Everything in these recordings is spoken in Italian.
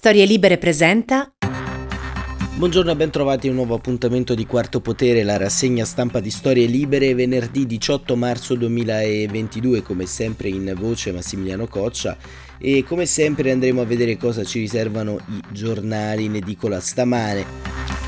Storie Libere presenta. Buongiorno e ben trovati a un nuovo appuntamento di Quarto Potere, la rassegna stampa di Storie Libere, venerdì 18 marzo 2022, come sempre in voce Massimiliano Coccia, e come sempre andremo a vedere cosa ci riservano i giornali in edicola stamane.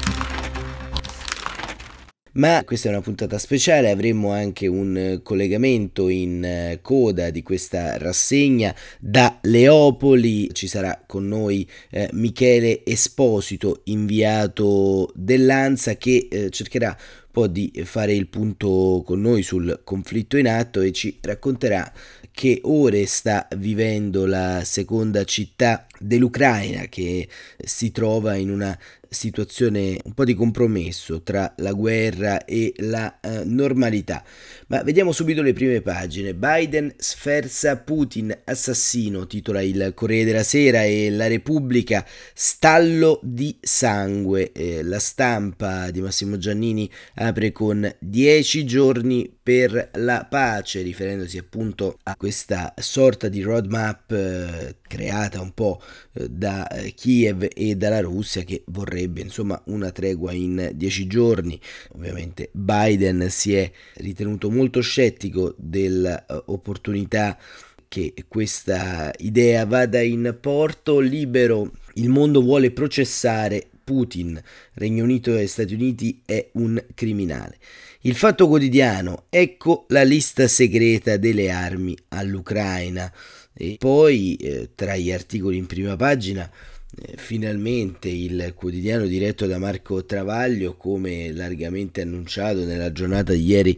Ma questa è una puntata speciale, avremo anche un collegamento in coda di questa rassegna da Leopoli. Ci sarà con noi Michele Esposito, inviato dell'ANSA, che cercherà un po' di fare il punto con noi sul conflitto in atto e ci racconterà che ore sta vivendo la seconda città dell'Ucraina, che si trova in una situazione un po' di compromesso tra la guerra e la normalità. Ma vediamo subito le prime pagine. Biden sferza Putin assassino, titola il Corriere della Sera, e la Repubblica stallo di sangue. La Stampa di Massimo Giannini apre con 10 giorni per la pace, riferendosi appunto a questa sorta di roadmap creata un po' da Kiev e dalla Russia, che vorrebbe insomma una tregua in 10 giorni. Ovviamente Biden si è ritenuto molto scettico dell'opportunità che questa idea vada in porto. Libero: il mondo vuole processare Putin, Regno Unito e Stati Uniti è un criminale. Il Fatto Quotidiano: ecco la lista segreta delle armi all'Ucraina. E poi tra gli articoli in prima pagina finalmente il quotidiano diretto da Marco Travaglio, come largamente annunciato nella giornata di ieri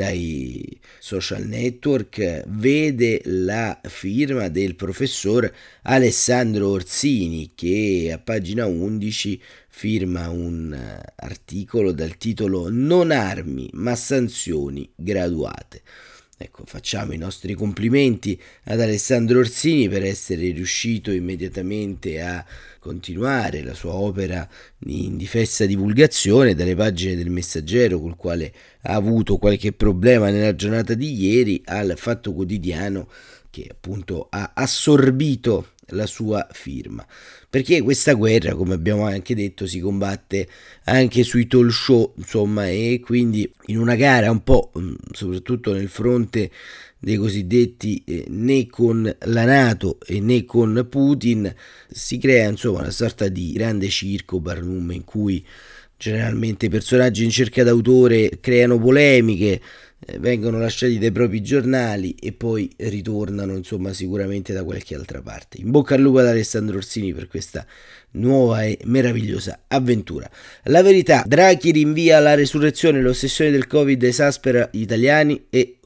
dai social network, vede la firma del professor Alessandro Orsini, che a pagina 11 firma un articolo dal titolo "Non armi ma sanzioni graduate". Ecco, facciamo i nostri complimenti ad Alessandro Orsini per essere riuscito immediatamente a continuare la sua opera di indifessa divulgazione dalle pagine del Messaggero, col quale ha avuto qualche problema nella giornata di ieri, al Fatto Quotidiano, che appunto ha assorbito la sua firma, perché questa guerra, come abbiamo anche detto, si combatte anche sui talk show, insomma, e quindi in una gara un po', soprattutto nel fronte dei cosiddetti né con la NATO e né con Putin, si crea insomma una sorta di grande circo Barnum, in cui generalmente i personaggi in cerca d'autore creano polemiche, vengono lasciati dai propri giornali e poi ritornano insomma sicuramente da qualche altra parte. In bocca al lupo ad Alessandro Orsini per questa nuova e meravigliosa avventura. La Verità: Draghi rinvia la resurrezione, l'ossessione del Covid esaspera gli italiani e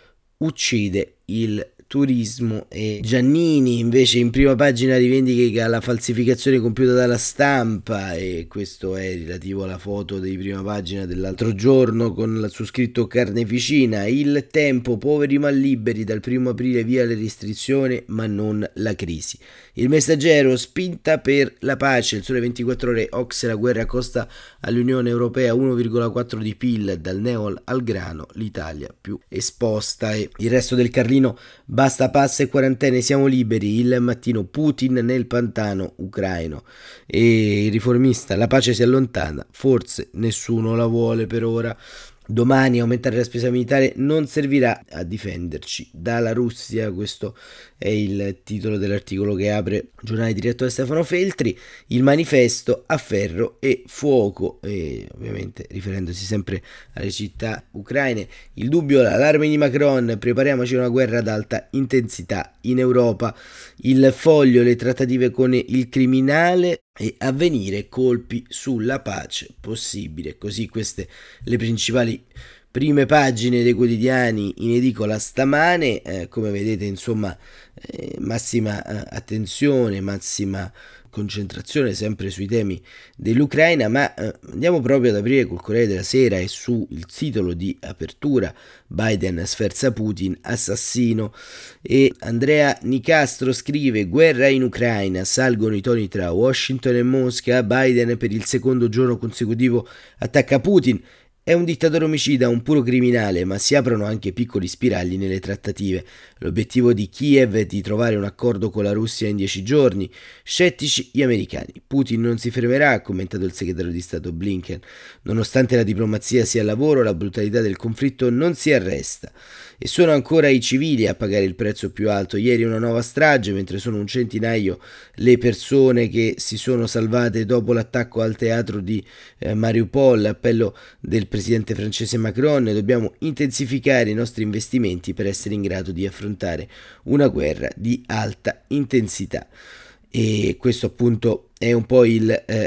uccide il turismo. E Giannini invece in prima pagina rivendica la falsificazione compiuta dalla Stampa, e questo è relativo alla foto di prima pagina dell'altro giorno con su scritto carneficina. Il Tempo: poveri ma liberi, dal 1 aprile via le restrizioni ma non la crisi. Il Messaggero: spinta per la pace. Il Sole 24 Ore: Ocse, la guerra costa all'Unione Europea 1,4 di PIL, dal neol al grano l'Italia più esposta. E il Resto del Carlino: basta pass e quarantene, siamo liberi. Il Mattino: Putin nel pantano ucraino. E il Riformista: la pace si allontana, forse nessuno la vuole per ora. Domani: aumentare la spesa militare non servirà a difenderci dalla Russia. Questo è il titolo dell'articolo che apre giornale diretto da Stefano Feltri. Il Manifesto: a ferro e fuoco, e ovviamente riferendosi sempre alle città ucraine. Il Dubbio: l'allarme di Macron, prepariamoci a una guerra ad alta intensità in Europa. Il Foglio: le trattative con il criminale, e Avvenire: colpi sulla pace possibile. Così queste le principali prime pagine dei quotidiani in edicola stamane. Come vedete insomma massima attenzione, massima concentrazione sempre sui temi dell'Ucraina, ma andiamo proprio ad aprire col Corriere della Sera e su il titolo di apertura: Biden sferza Putin assassino. E Andrea Nicastro scrive: guerra in Ucraina, salgono i toni tra Washington e Mosca, Biden per il secondo giorno consecutivo attacca Putin È un dittatore omicida, un puro criminale, ma si aprono anche piccoli spiragli nelle trattative. L'obiettivo di Kiev è di trovare un accordo con la Russia in 10 giorni. Scettici gli americani. Putin non si fermerà, ha commentato il segretario di Stato Blinken. Nonostante la diplomazia sia al lavoro, la brutalità del conflitto non si arresta. E sono ancora i civili a pagare il prezzo più alto. Ieri una nuova strage, mentre sono un centinaio le persone che si sono salvate dopo l'attacco al teatro di Mariupol. Appello del presidente francese Macron: dobbiamo intensificare i nostri investimenti per essere in grado di affrontare una guerra di alta intensità. E questo appunto è un po' il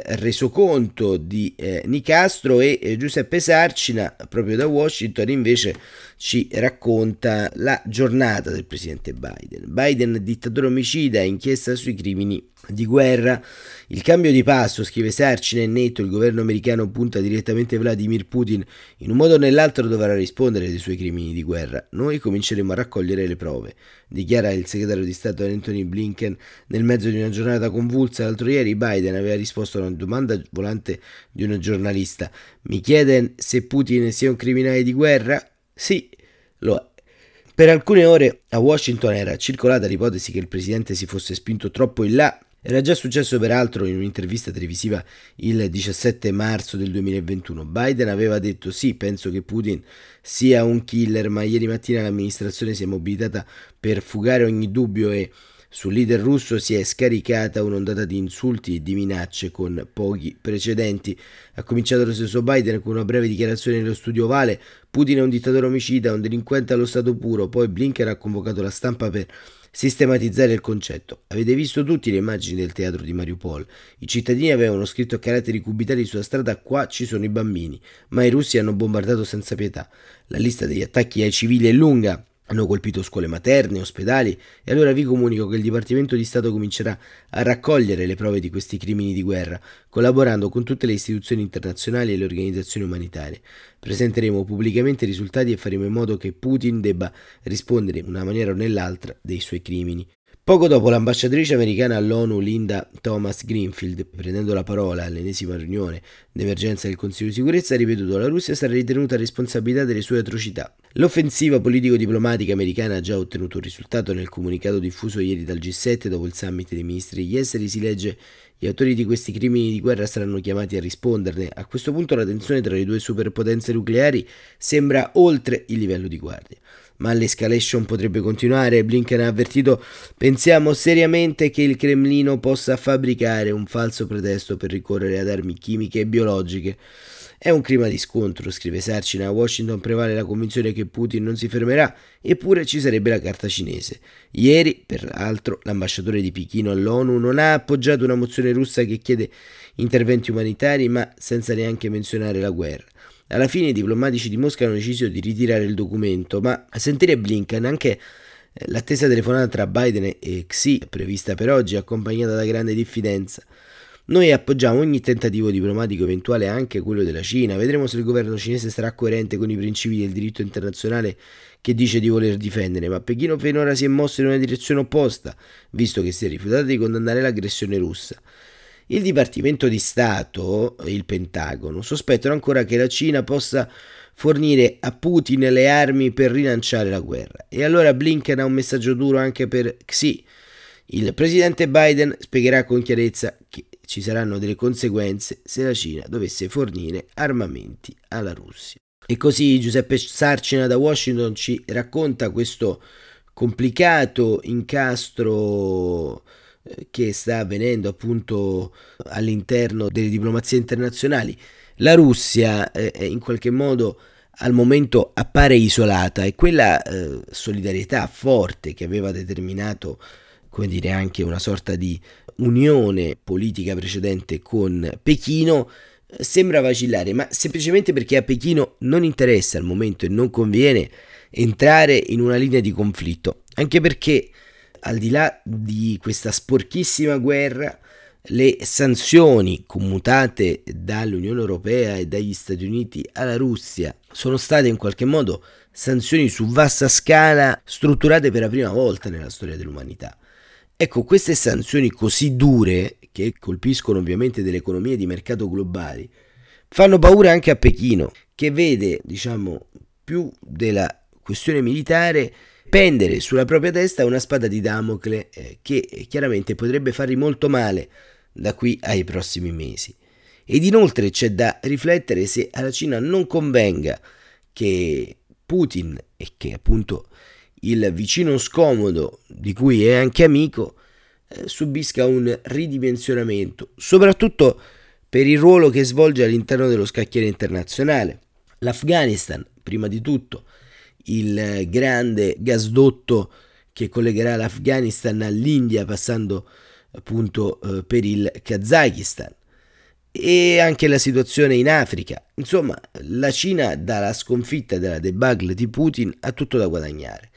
resoconto di Nicastro, e Giuseppe Sarcina proprio da Washington invece ci racconta la giornata del presidente Biden. Biden, dittatore omicida, inchiesta sui crimini di guerra. Il cambio di passo, scrive Sarcina, è netto. Il governo americano punta direttamente Vladimir Putin. In un modo o nell'altro dovrà rispondere dei suoi crimini di guerra. Noi cominceremo a raccogliere le prove, dichiara il segretario di Stato Anthony Blinken nel mezzo di una giornata convulsa. L'altro ieri Biden aveva risposto a una domanda volante di una giornalista: mi chiede se Putin sia un criminale di guerra? Sì, lo è. Per alcune ore a Washington era circolata l'ipotesi che il presidente si fosse spinto troppo in là. Era già successo peraltro in un'intervista televisiva il 17 marzo del 2021. Biden aveva detto: sì, penso che Putin sia un killer, ma ieri mattina l'amministrazione si è mobilitata per fugare ogni dubbio e sul leader russo si è scaricata un'ondata di insulti e di minacce con pochi precedenti. Ha cominciato lo stesso Biden con una breve dichiarazione nello studio ovale: Putin è un dittatore omicida, un delinquente allo stato puro. Poi Blinken ha convocato la stampa per sistematizzare il concetto. Avete visto tutti le immagini del teatro di Mariupol. I cittadini avevano scritto a caratteri cubitali sulla strada: qua ci sono i bambini. Ma i russi hanno bombardato senza pietà. La lista degli attacchi ai civili è lunga. Hanno colpito scuole materne, ospedali, e allora vi comunico che il Dipartimento di Stato comincerà a raccogliere le prove di questi crimini di guerra, collaborando con tutte le istituzioni internazionali e le organizzazioni umanitarie. Presenteremo pubblicamente i risultati e faremo in modo che Putin debba rispondere in una maniera o nell'altra dei suoi crimini. Poco dopo, l'ambasciatrice americana all'ONU Linda Thomas Greenfield, prendendo la parola all'ennesima riunione d'emergenza del Consiglio di sicurezza, ha ripetuto che la Russia sarà ritenuta responsabilità delle sue atrocità. L'offensiva politico-diplomatica americana ha già ottenuto un risultato. Nel comunicato diffuso ieri dal G7 dopo il summit dei ministri degli esteri si legge: gli autori di questi crimini di guerra saranno chiamati a risponderne. A questo punto la tensione tra le due superpotenze nucleari sembra oltre il livello di guardia. Ma l'escalation potrebbe continuare. Blinken ha avvertito: pensiamo seriamente che il Cremlino possa fabbricare un falso pretesto per ricorrere ad armi chimiche e biologiche. È un clima di scontro, scrive Sarcina. A Washington prevale la convinzione che Putin non si fermerà, eppure ci sarebbe la carta cinese. Ieri, peraltro, l'ambasciatore di Pechino all'ONU non ha appoggiato una mozione russa che chiede interventi umanitari, ma senza neanche menzionare la guerra. Alla fine i diplomatici di Mosca hanno deciso di ritirare il documento, ma a sentire Blinken anche l'attesa telefonata tra Biden e Xi, prevista per oggi, è accompagnata da grande diffidenza. Noi appoggiamo ogni tentativo diplomatico eventuale, anche quello della Cina. Vedremo se il governo cinese sarà coerente con i principi del diritto internazionale che dice di voler difendere, ma Pechino finora si è mosso in una direzione opposta, visto che si è rifiutato di condannare l'aggressione russa. Il Dipartimento di Stato e il Pentagono sospettano ancora che la Cina possa fornire a Putin le armi per rilanciare la guerra. E allora Blinken ha un messaggio duro anche per Xi. Il presidente Biden spiegherà con chiarezza che ci saranno delle conseguenze se la Cina dovesse fornire armamenti alla Russia. E così Giuseppe Sarcina da Washington ci racconta questo complicato incastro che sta avvenendo appunto all'interno delle diplomazie internazionali. La Russia in qualche modo al momento appare isolata, e quella solidarietà forte che aveva determinato, come dire, anche una sorta di unione politica precedente con Pechino sembra vacillare, ma semplicemente perché a Pechino non interessa al momento e non conviene entrare in una linea di conflitto, anche perché al di là di questa sporchissima guerra, le sanzioni commutate dall'Unione Europea e dagli Stati Uniti alla Russia sono state in qualche modo sanzioni su vasta scala, strutturate per la prima volta nella storia dell'umanità. Ecco, queste sanzioni così dure, che colpiscono ovviamente delle economie di mercato globali, fanno paura anche a Pechino, che vede, diciamo, più della questione militare pendere sulla propria testa una spada di Damocle che chiaramente potrebbe fargli molto male da qui ai prossimi mesi. Ed inoltre c'è da riflettere se alla Cina non convenga che Putin, e che appunto il vicino scomodo di cui è anche amico, subisca un ridimensionamento, soprattutto per il ruolo che svolge all'interno dello scacchiere internazionale. L'Afghanistan, prima di tutto, il grande gasdotto che collegherà l'Afghanistan all'India passando appunto per il Kazakistan, e anche la situazione in Africa. Insomma, la Cina dalla sconfitta della debacle di Putin ha tutto da guadagnare.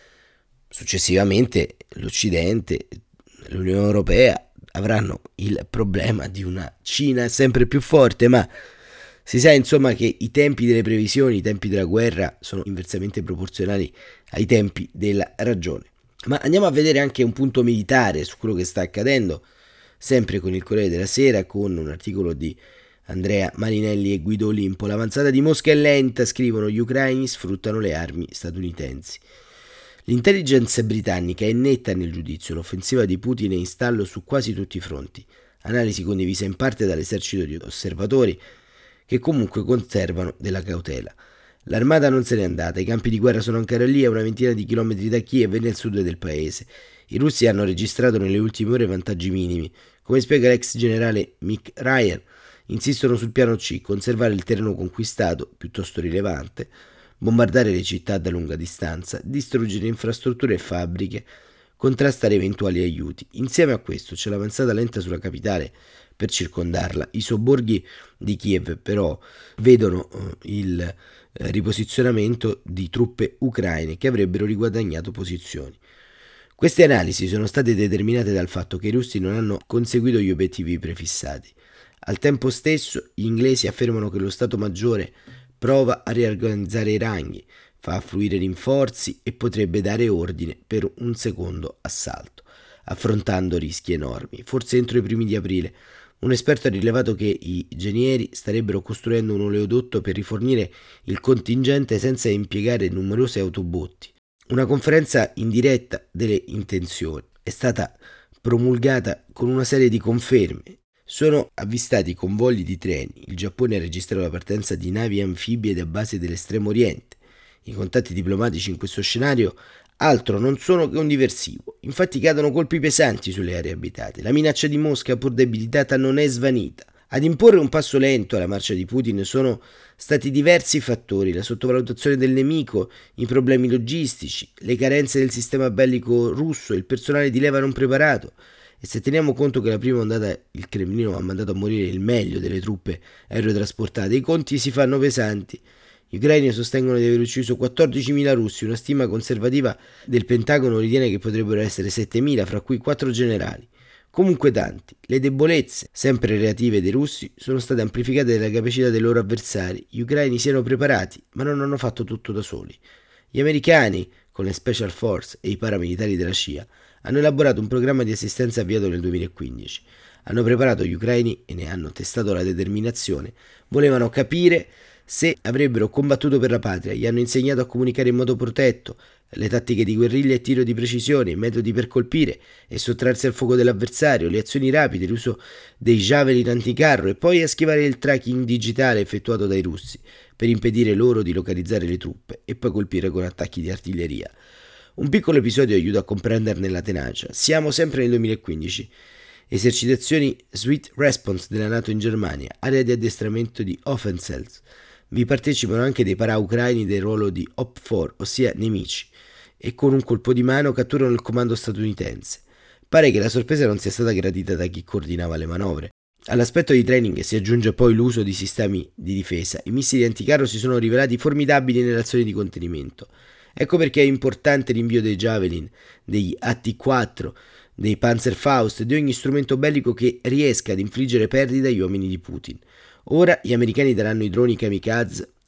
Successivamente l'Occidente, l'Unione Europea avranno il problema di una Cina sempre più forte, ma si sa insomma che i tempi delle previsioni, i tempi della guerra sono inversamente proporzionali ai tempi della ragione. Ma andiamo a vedere anche un punto militare su quello che sta accadendo, sempre con il Corriere della Sera, con un articolo di Andrea Marinelli e Guido Olimpo. L'avanzata di Mosca è lenta, scrivono, gli ucraini sfruttano le armi statunitensi. L'intelligence britannica è netta nel giudizio, l'offensiva di Putin è in stallo su quasi tutti i fronti, analisi condivisa in parte dall'esercito di osservatori che comunque conservano della cautela. L'armata non se n'è andata, i campi di guerra sono ancora lì a una ventina di chilometri da Kiev e nel sud del paese. I russi hanno registrato nelle ultime ore vantaggi minimi. Come spiega l'ex generale Mick Ryan, insistono sul piano C, conservare il terreno conquistato, piuttosto rilevante, bombardare le città da lunga distanza, distruggere infrastrutture e fabbriche, contrastare eventuali aiuti. Insieme a questo c'è l'avanzata lenta sulla capitale per circondarla. I sobborghi di Kiev però vedono il riposizionamento di truppe ucraine che avrebbero riguadagnato posizioni. Queste analisi sono state determinate dal fatto che i russi non hanno conseguito gli obiettivi prefissati. Al tempo stesso, gli inglesi affermano che lo Stato Maggiore prova a riorganizzare i ranghi, fa affluire rinforzi e potrebbe dare ordine per un secondo assalto, affrontando rischi enormi. Forse entro i primi di aprile. Un esperto ha rilevato che i genieri starebbero costruendo un oleodotto per rifornire il contingente senza impiegare numerose autobotti. Una conferenza in diretta delle intenzioni è stata promulgata con una serie di conferme. Sono avvistati convogli di treni, il Giappone ha registrato la partenza di navi anfibie da base dell'estremo oriente. I contatti diplomatici in questo scenario altro non sono che un diversivo, infatti cadono colpi pesanti sulle aree abitate. La minaccia di Mosca, pur debilitata, non è svanita. Ad imporre un passo lento alla marcia di Putin sono stati diversi fattori: la sottovalutazione del nemico, i problemi logistici, le carenze del sistema bellico russo, il personale di leva non preparato. E se teniamo conto che la prima ondata il Cremlino ha mandato a morire il meglio delle truppe aerotrasportate, i conti si fanno pesanti. Gli ucraini sostengono di aver ucciso 14.000 russi, una stima conservativa del Pentagono ritiene che potrebbero essere 7.000, fra cui 4 generali. Comunque tanti. Le debolezze, sempre relative dei russi, sono state amplificate dalla capacità dei loro avversari. Gli ucraini si erano preparati, ma non hanno fatto tutto da soli. Gli americani, con le Special Force e i paramilitari della CIA, hanno elaborato un programma di assistenza avviato nel 2015. Hanno preparato gli ucraini e ne hanno testato la determinazione. Volevano capire se avrebbero combattuto per la patria, gli hanno insegnato a comunicare in modo protetto, le tattiche di guerriglia e tiro di precisione, i metodi per colpire e sottrarsi al fuoco dell'avversario, le azioni rapide, l'uso dei javelin anticarro e poi a schivare il tracking digitale effettuato dai russi per impedire loro di localizzare le truppe e poi colpire con attacchi di artiglieria. Un piccolo episodio aiuta a comprenderne la tenacia. Siamo sempre nel 2015. Esercitazioni Swift Response della NATO in Germania, area di addestramento di Offenfels. Vi partecipano anche dei para-ucraini del ruolo di OP4, ossia nemici, e con un colpo di mano catturano il comando statunitense. Pare che la sorpresa non sia stata gradita da chi coordinava le manovre. All'aspetto di training si aggiunge poi l'uso di sistemi di difesa. I missili anticarro si sono rivelati formidabili nelle azioni di contenimento. Ecco perché è importante l'invio dei Javelin, degli AT-4, dei Panzerfaust e di ogni strumento bellico che riesca ad infliggere perdite agli uomini di Putin. Ora gli americani daranno i droni kamikaze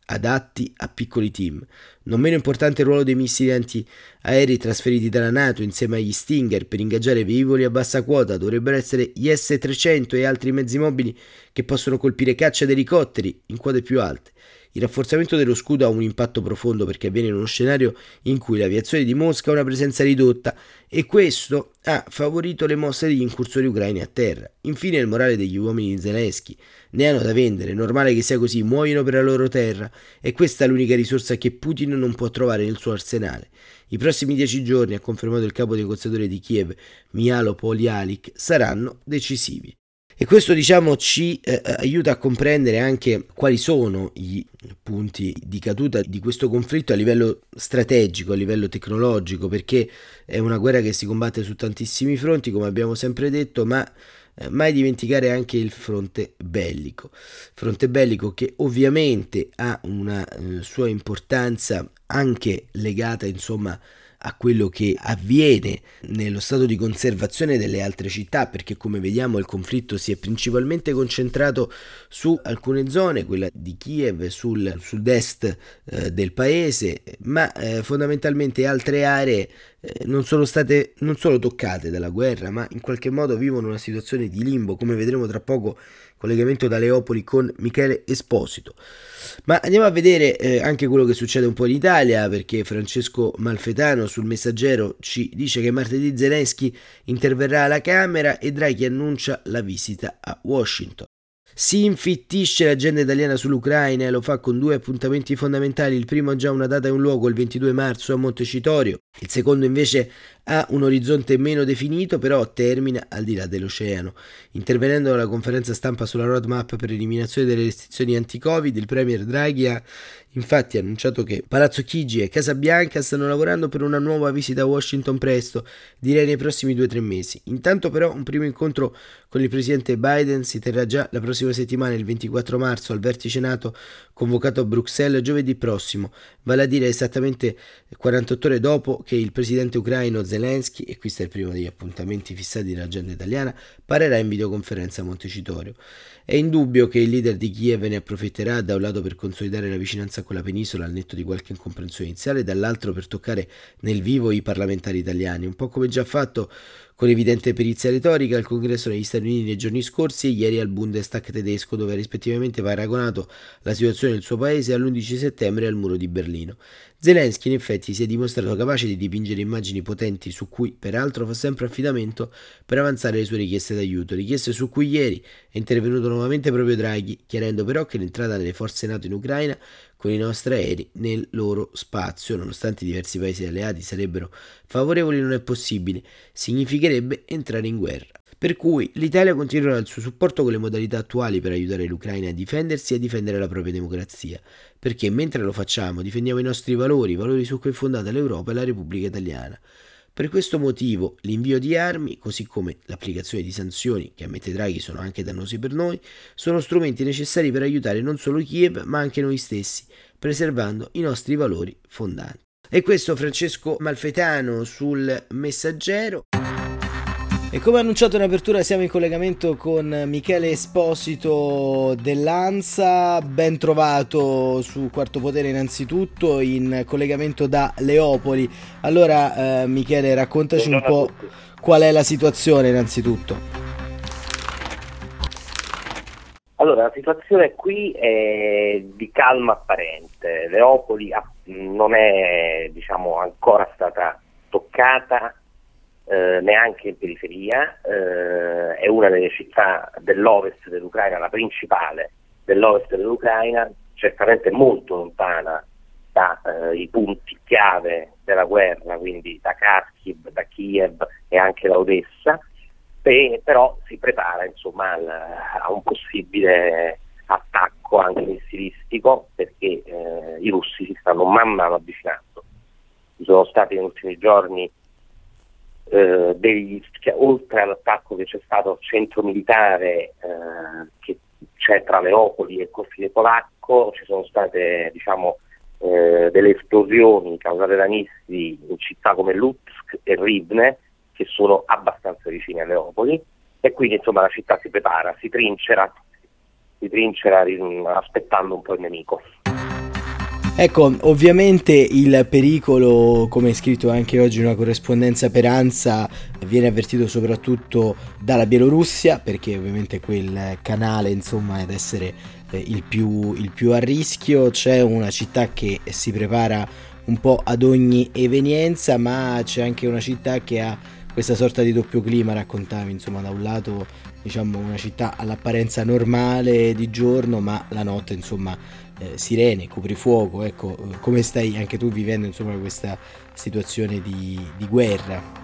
adatti a piccoli team. Non meno importante il ruolo dei missili antiaerei trasferiti dalla NATO insieme agli Stinger per ingaggiare velivoli a bassa quota. Dovrebbero essere gli S-300 e altri mezzi mobili che possono colpire caccia ed elicotteri in quote più alte. Il rafforzamento dello scudo ha un impatto profondo perché avviene in uno scenario in cui l'aviazione di Mosca ha una presenza ridotta e questo ha favorito le mosse degli incursori ucraini a terra. Infine il morale degli uomini di Zelensky. Ne hanno da vendere, è normale che sia così, muoiono per la loro terra e questa è l'unica risorsa che Putin non può trovare nel suo arsenale. I prossimi 10 giorni, ha confermato il capo negoziatore di Kiev, Mihailo Polyalik, saranno decisivi. E questo ci aiuta a comprendere anche quali sono i punti di caduta di questo conflitto a livello strategico, a livello tecnologico, perché è una guerra che si combatte su tantissimi fronti, come abbiamo sempre detto, ma mai dimenticare anche il fronte bellico che ovviamente ha una sua importanza anche legata a quello che avviene nello stato di conservazione delle altre città, perché come vediamo il conflitto si è principalmente concentrato su alcune zone, quella di Kiev, sul sud-est del paese, ma fondamentalmente altre aree non sono solo toccate dalla guerra, ma in qualche modo vivono una situazione di limbo, come vedremo tra poco, collegamento da Leopoli con Michele Esposito. Ma andiamo a vedere anche quello che succede un po' in Italia, perché Francesco Malfetano sul Messaggero ci dice che martedì Zelensky interverrà alla Camera e Draghi annuncia la visita a Washington. Si infittisce l'agenda italiana sull'Ucraina e lo fa con 2 appuntamenti fondamentali. Il primo ha già una data e un luogo, il 22 marzo a Montecitorio. Il secondo invece ha un orizzonte meno definito, però termina al di là dell'oceano. Intervenendo alla conferenza stampa sulla roadmap per l'eliminazione delle restrizioni anti-Covid, il premier Draghi ha infatti annunciato che Palazzo Chigi e Casa Bianca stanno lavorando per una nuova visita a Washington presto, direi nei prossimi 2-3 mesi. Intanto però un primo incontro con il presidente Biden si terrà già la prossima settimana, il 24 marzo, al vertice NATO convocato a Bruxelles giovedì prossimo, vale a dire esattamente 48 ore dopo che il presidente ucraino Zelensky, e questo è il primo degli appuntamenti fissati dall'agenda italiana, parlerà in videoconferenza a Montecitorio. È indubbio che il leader di Kiev ne approfitterà da un lato per consolidare la vicinanza con la penisola al netto di qualche incomprensione iniziale, dall'altro per toccare nel vivo i parlamentari italiani, un po' come già fatto con evidente perizia retorica al congresso negli Stati Uniti nei giorni scorsi e ieri al Bundestag tedesco, dove ha rispettivamente paragonato la situazione del suo paese all'11 settembre e al muro di Berlino. Zelensky in effetti si è dimostrato capace di dipingere immagini potenti su cui peraltro fa sempre affidamento per avanzare le sue richieste d'aiuto, richieste su cui ieri è intervenuto nuovamente proprio Draghi, chiarendo però che l'entrata delle forze NATO in Ucraina con i nostri aerei nel loro spazio, nonostante diversi paesi alleati sarebbero favorevoli, non è possibile, significherebbe entrare in guerra. Per cui l'Italia continuerà il suo supporto con le modalità attuali per aiutare l'Ucraina a difendersi e a difendere la propria democrazia, perché mentre lo facciamo difendiamo i nostri valori su cui è fondata l'Europa e la Repubblica Italiana. Per questo motivo l'invio di armi, così come l'applicazione di sanzioni, che ammette Draghi sono anche dannosi per noi, sono strumenti necessari per aiutare non solo Kiev ma anche noi stessi, preservando i nostri valori fondanti. E questo Francesco Malfetano sul Messaggero. E come annunciato in apertura siamo in collegamento con Michele Esposito dell'ANSA, ben trovato su Quarto Potere innanzitutto, in collegamento da Leopoli. Allora Michele, raccontaci un po' qual è la situazione innanzitutto. Allora, la situazione qui è di calma apparente. Leopoli non è ancora stata toccata, neanche in periferia, è una delle città dell'ovest dell'Ucraina, la principale dell'ovest dell'Ucraina, certamente molto lontana dai punti chiave della guerra, quindi da Kharkiv, da Kiev e anche da Odessa, però si prepara a un possibile attacco anche missilistico, perché i russi si stanno man mano avvicinando. Ci sono stati negli ultimi giorni oltre all'attacco che c'è stato al centro militare che c'è tra Leopoli e il confine polacco, ci sono state delle esplosioni causate da missili in città come Lutsk e Rivne, che sono abbastanza vicine a Leopoli, e quindi la città si prepara, si trincera aspettando un po' il nemico. Ecco, ovviamente il pericolo, come è scritto anche oggi in una corrispondenza per ANSA, viene avvertito soprattutto dalla Bielorussia, perché ovviamente quel canale, insomma, ad essere il più a rischio. C'è una città che si prepara un po' ad ogni evenienza, ma c'è anche una città che ha questa sorta di doppio clima, raccontavi, insomma, da un lato diciamo una città all'apparenza normale di giorno, ma la notte, insomma, sirene, coprifuoco, ecco, come stai anche tu vivendo, insomma, questa situazione di guerra?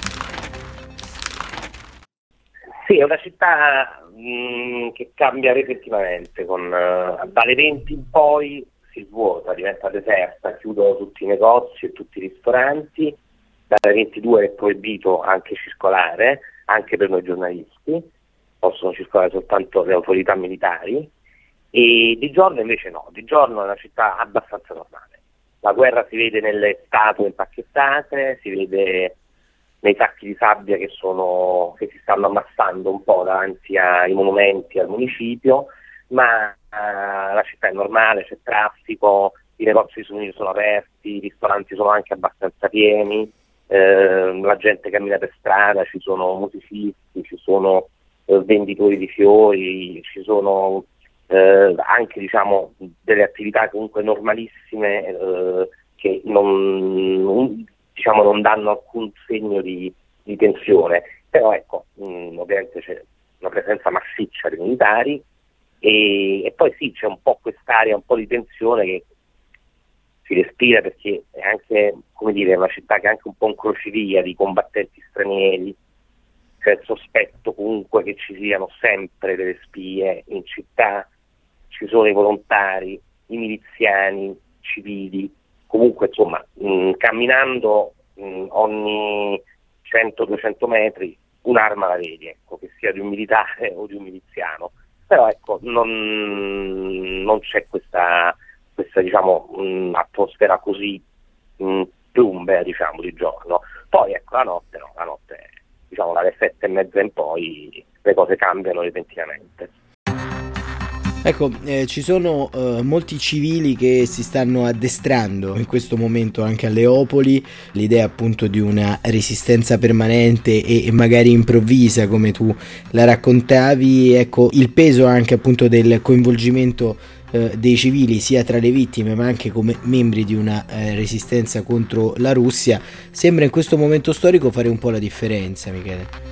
Sì, è una città che cambia repentinamente, dalle 20 in poi si svuota, diventa deserta, chiudono tutti i negozi e tutti i ristoranti, dalle 22 è proibito anche circolare, anche per noi giornalisti, possono circolare soltanto le autorità militari, e di giorno invece no, di giorno è una città abbastanza normale. La guerra si vede nelle statue impacchettate, si vede nei sacchi di sabbia che si stanno ammassando un po' davanti ai monumenti al municipio, ma la città è normale, c'è traffico, i negozi sono aperti, i ristoranti sono anche abbastanza pieni, la gente cammina per strada, ci sono musicisti, ci sono venditori di fiori, ci sono anche diciamo delle attività comunque normalissime che diciamo, non danno alcun segno di tensione, però ecco, ovviamente c'è una presenza massiccia di militari e poi sì, c'è un po' quest'area, un po' di tensione che si respira perché è anche, come dire, una città che è anche un po' un crocevia di combattenti stranieri, c'è il sospetto comunque che ci siano sempre delle spie in città, ci sono i volontari, i miliziani, civili, comunque insomma camminando ogni 100-200 metri un'arma la vedi, ecco, che sia di un militare o di un miliziano, però ecco non c'è questa diciamo atmosfera così plumbea, diciamo, di giorno. Poi ecco la notte no, la notte diciamo dalle 7:30 in poi le cose cambiano repentinamente. Ecco, ci sono molti civili che si stanno addestrando in questo momento anche a Leopoli, l'idea appunto di una resistenza permanente e magari improvvisa come tu la raccontavi, ecco il peso anche appunto del coinvolgimento dei civili sia tra le vittime ma anche come membri di una resistenza contro la Russia sembra in questo momento storico fare un po' la differenza, Michele.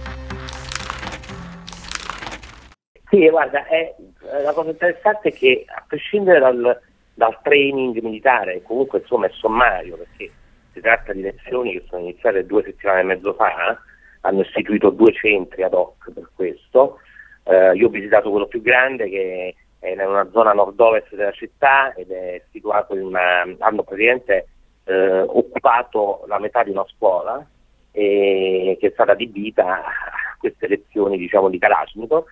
Sì, guarda, la cosa interessante è che a prescindere dal training militare, comunque insomma è sommario, perché si tratta di lezioni che sono iniziate 2 settimane e mezzo fa, hanno istituito 2 centri ad hoc per questo. Io ho visitato quello più grande che è in una zona nord-ovest della città ed è situato hanno praticamente occupato la metà di una scuola che è stata adibita a queste lezioni, diciamo, di Kalashnikov.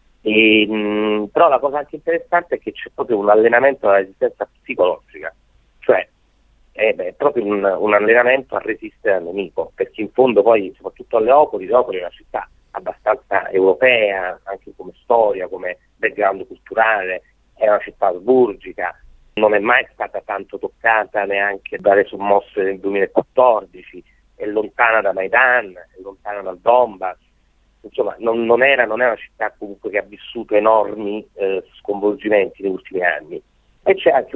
Però la cosa anche interessante è che c'è proprio un allenamento alla resistenza psicologica, cioè è proprio un allenamento a resistere al nemico, perché in fondo poi soprattutto a Leopoli è una città abbastanza europea, anche come storia, come background culturale, è una città asburgica, non è mai stata tanto toccata neanche dalle sommosse del 2014, è lontana da Maidan, è lontana dal Donbass. Insomma, non è una città comunque che ha vissuto enormi sconvolgimenti negli ultimi anni e c'è anche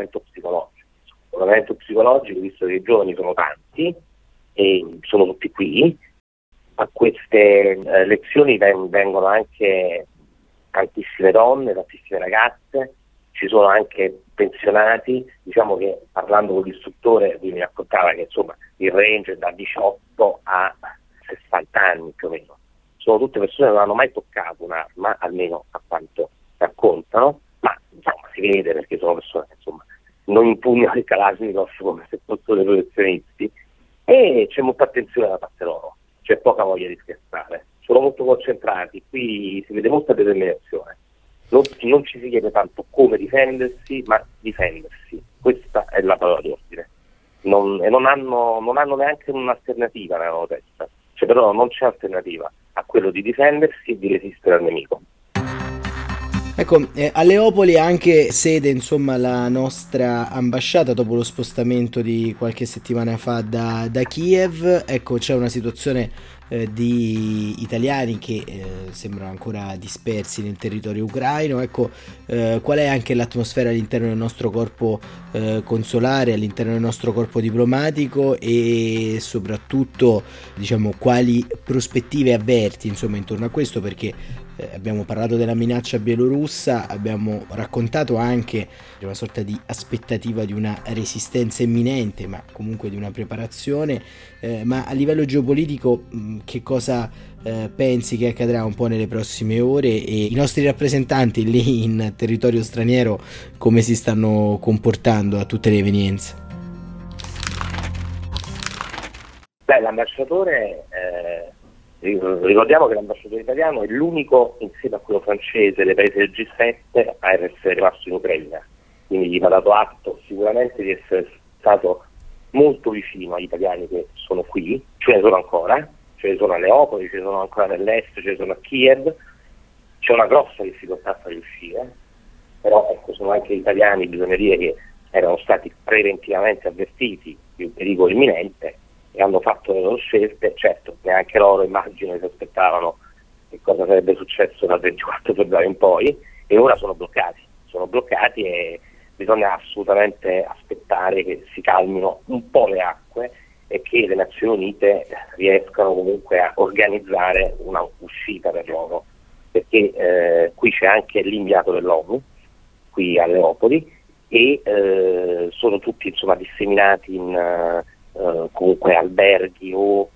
un allenamento psicologico visto che i giovani sono tanti e sono tutti qui. A queste lezioni vengono anche tantissime donne, tantissime ragazze, ci sono anche pensionati, diciamo che parlando con l'istruttore lui mi raccontava che insomma il range è da 18 a 60 anni più o meno. Sono tutte persone che non hanno mai toccato un'arma, almeno a quanto raccontano, ma insomma si vede perché sono persone che insomma non impugnano il Kalashnikov come se fossero dei professionisti e c'è molta attenzione da parte loro, c'è poca voglia di scherzare, sono molto concentrati, qui si vede molta determinazione, non ci si chiede tanto come difendersi, ma difendersi, questa è la parola d'ordine, non hanno neanche un'alternativa nella loro testa, cioè però non c'è alternativa a quello di difendersi e di resistere al nemico. Ecco, a Leopoli ha anche sede, insomma, la nostra ambasciata dopo lo spostamento di qualche settimana fa da Kiev. Ecco, c'è una situazione di italiani che sembrano ancora dispersi nel territorio ucraino. Ecco, qual è anche l'atmosfera all'interno del nostro corpo consolare, all'interno del nostro corpo diplomatico, e soprattutto, diciamo, quali prospettive avverti, insomma, intorno a questo, perché abbiamo parlato della minaccia bielorussa, abbiamo raccontato anche una sorta di aspettativa di una resistenza imminente, ma comunque di una preparazione, ma a livello geopolitico che cosa pensi che accadrà un po' nelle prossime ore, e i nostri rappresentanti lì in territorio straniero come si stanno comportando a tutte le evenienze? Beh, l'ambasciatore, ricordiamo che l'ambasciatore italiano è l'unico, insieme a quello francese, dei paesi del G7 a essere rimasto in Ucraina, quindi gli va dato atto sicuramente di essere stato molto vicino agli italiani che sono qui. Ce ne sono ancora, ce ne sono a Leopoli, ce ne sono ancora nell'est, ce ne sono a Kiev, c'è una grossa difficoltà a farli uscire, però ecco, sono anche italiani, bisogna dire, che erano stati preventivamente avvertiti di un pericolo imminente e hanno fatto le loro scelte. Certo, neanche loro immagino si aspettavano che cosa sarebbe successo dal 24 febbraio in poi, e ora sono bloccati e bisogna assolutamente aspettare che si calmino un po' le acque e che le Nazioni Unite riescano comunque a organizzare una uscita per loro, perché qui c'è anche l'inviato dell'ONU qui a Leopoli e sono tutti, insomma, disseminati in comunque alberghi o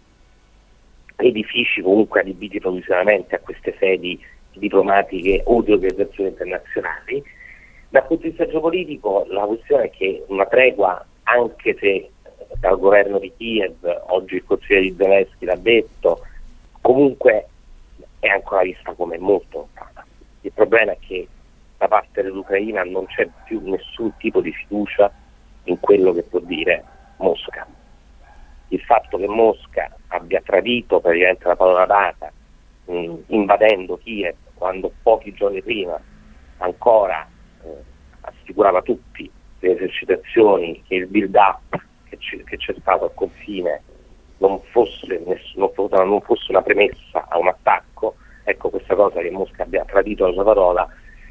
edifici comunque adibiti provvisoriamente a queste sedi diplomatiche o di organizzazioni internazionali. Dal punto di vista geopolitico la questione è che una tregua, anche se dal governo di Kiev, oggi il consigliere di Zelensky l'ha detto, comunque è ancora vista come molto lontana. Il problema è che da parte dell'Ucraina non c'è più nessun tipo di fiducia in quello che può dire Mosca. Il fatto che Mosca abbia tradito praticamente la parola data invadendo Kiev, quando pochi giorni prima ancora assicurava tutti le esercitazioni che il build up che c'è stato al confine non fosse una premessa a un attacco. Ecco, questa cosa che Mosca abbia tradito la sua parola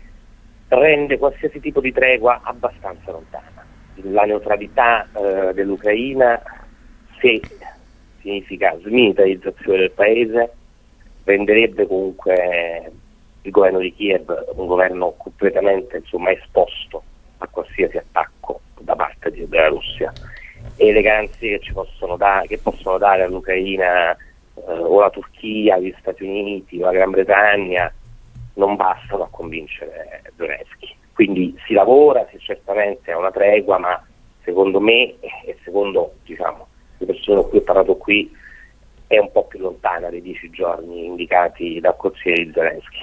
rende qualsiasi tipo di tregua abbastanza lontana. La neutralità dell'Ucraina, se significa smilitarizzazione del paese, renderebbe comunque il governo di Kiev un governo completamente, insomma, esposto a qualsiasi attacco da parte della Russia, e le garanzie che possono dare all'Ucraina o la Turchia, gli Stati Uniti o la Gran Bretagna non bastano a convincere Zelensky. Quindi si lavora certamente a una tregua, ma secondo me e secondo, diciamo, le persone con cui ho parlato qui, è un po' più lontana dei 10 giorni indicati dal consigliere di Zelensky.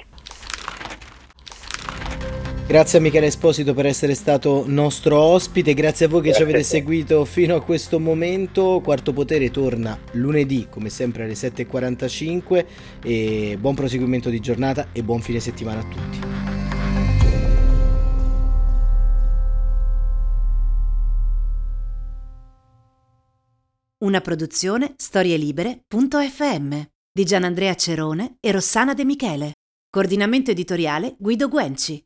Grazie a Michele Esposito per essere stato nostro ospite, grazie a voi che ci avete seguito fino a questo momento. Quarto Potere torna lunedì come sempre alle 7:45 e buon proseguimento di giornata e buon fine settimana a tutti. Una produzione storielibere.fm di Gianandrea Cerone e Rossana De Michele. Coordinamento editoriale Guido Guenci.